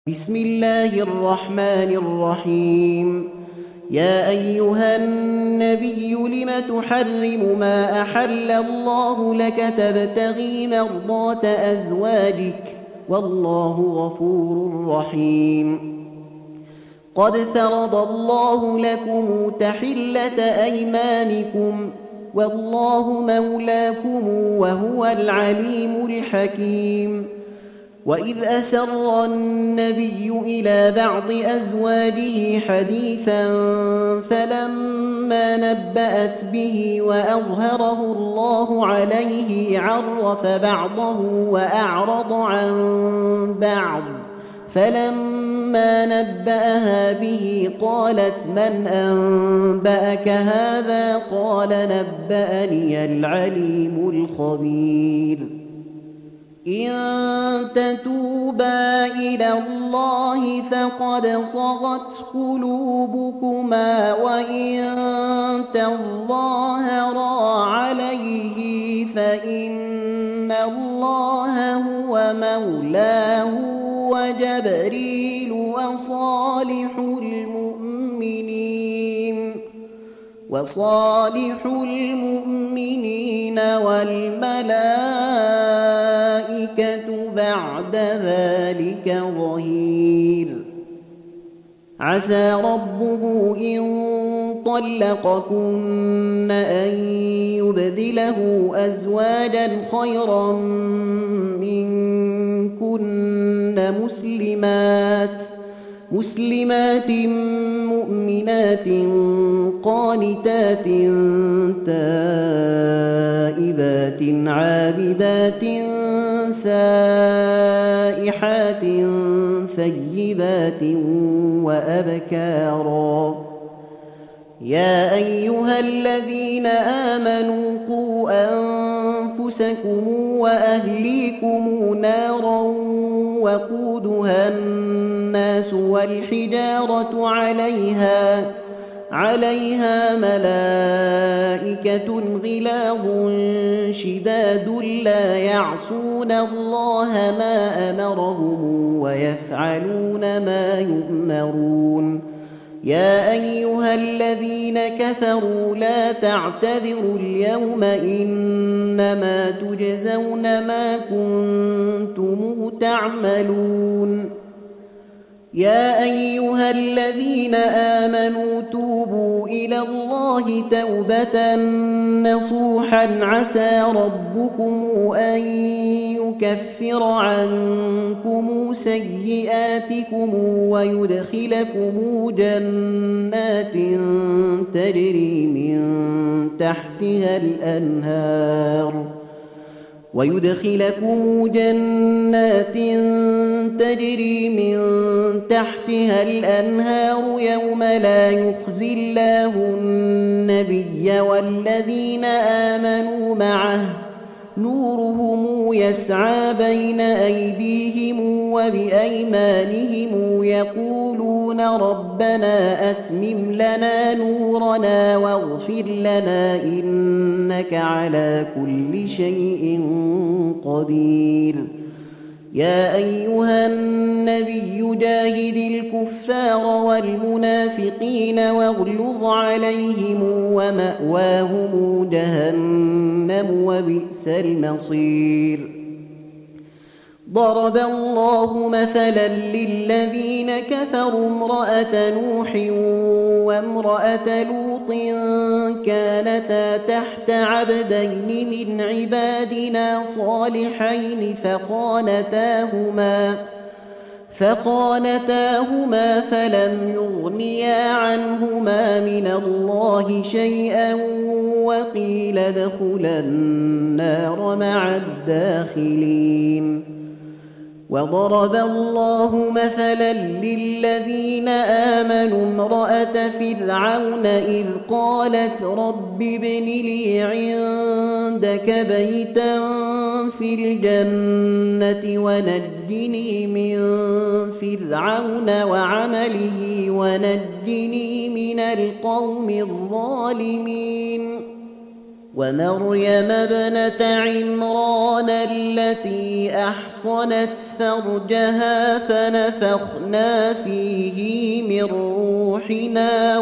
بسم الله الرحمن الرحيم. يا أيها النبي لم تحرم ما أحل الله لك تبتغي مرضات أزواجك والله غفور رحيم. قد فرض الله لكم تحلة أيمانكم والله مولاكم وهو العليم الحكيم. وإذ أسر النبي إلى بعض أزواجه حديثا فلما نبأت به وأظهره الله عليه عرف بعضه وأعرض عن بعض، فلما نبأها به قالت من أنبأك هذا؟ قال نبأني العليم الخبير. إن تتوبا إلى الله فقد صغت قلوبكما وإن تظاهرا عليه فإن الله هو مولاه وجبريل وصالح المؤمنين والملائكة بعد ذلك ظهير. عسى ربه إن طلقكن أن يبدله أزواجا خيرا منكن مسلمات مؤمنات قانتات تائبات عابدات سائحات ثيبات وأبكارا. يا أيها الذين آمنوا قوا أنفسكم وأهليكم نارا وقودها الناس والحجارة عليها ملائكة غلاظ شداد لا يعصون الله ما أمرهم ويفعلون ما يؤمرون. يا أيها الذين كفروا لا تعتذروا اليوم إنما تجزون ما كنتم تعملون. يا أيها الذين آمنوا توبوا إلى الله توبة نصوحا عسى ربكم أن يكفر عنكم سيئاتكم ويدخلكم جنات تجري من تحتها الأنهار يوم لا يخزي الله النبي والذين آمنوا معه نورهم يسعى بين أيديهم وبأيمانهم يقولون ربنا أتمم لنا نورنا واغفر لنا إنك على كل شيء قدير. يا أيها النبي جاهد الكفار والمنافقين واغلظ عليهم ومأواهم جهنم وبئس المصير. ضرب الله مثلا للذين كفروا امرأة نوح وامرأة لوط كانتا تحت عبدين من عبادنا صالحين فخانتاهما فلم يغنيا عنهما من الله شيئا وقيل ادخلا النار مع الداخلين. وضرب الله مثلا للذين آمنوا امرأة فرعون إذ قالت رب ابن لي عندك بيتا في الجنة ونجني من فرعون وعمله ونجني من القوم الظالمين. ومريم ابنة عمران التي أحصنت فرجها فنفخنا فيه من روحنا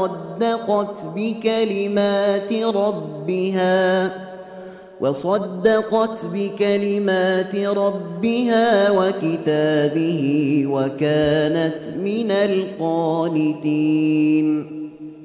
وصدقت بكلمات ربها وكتابه وكانت من القانتين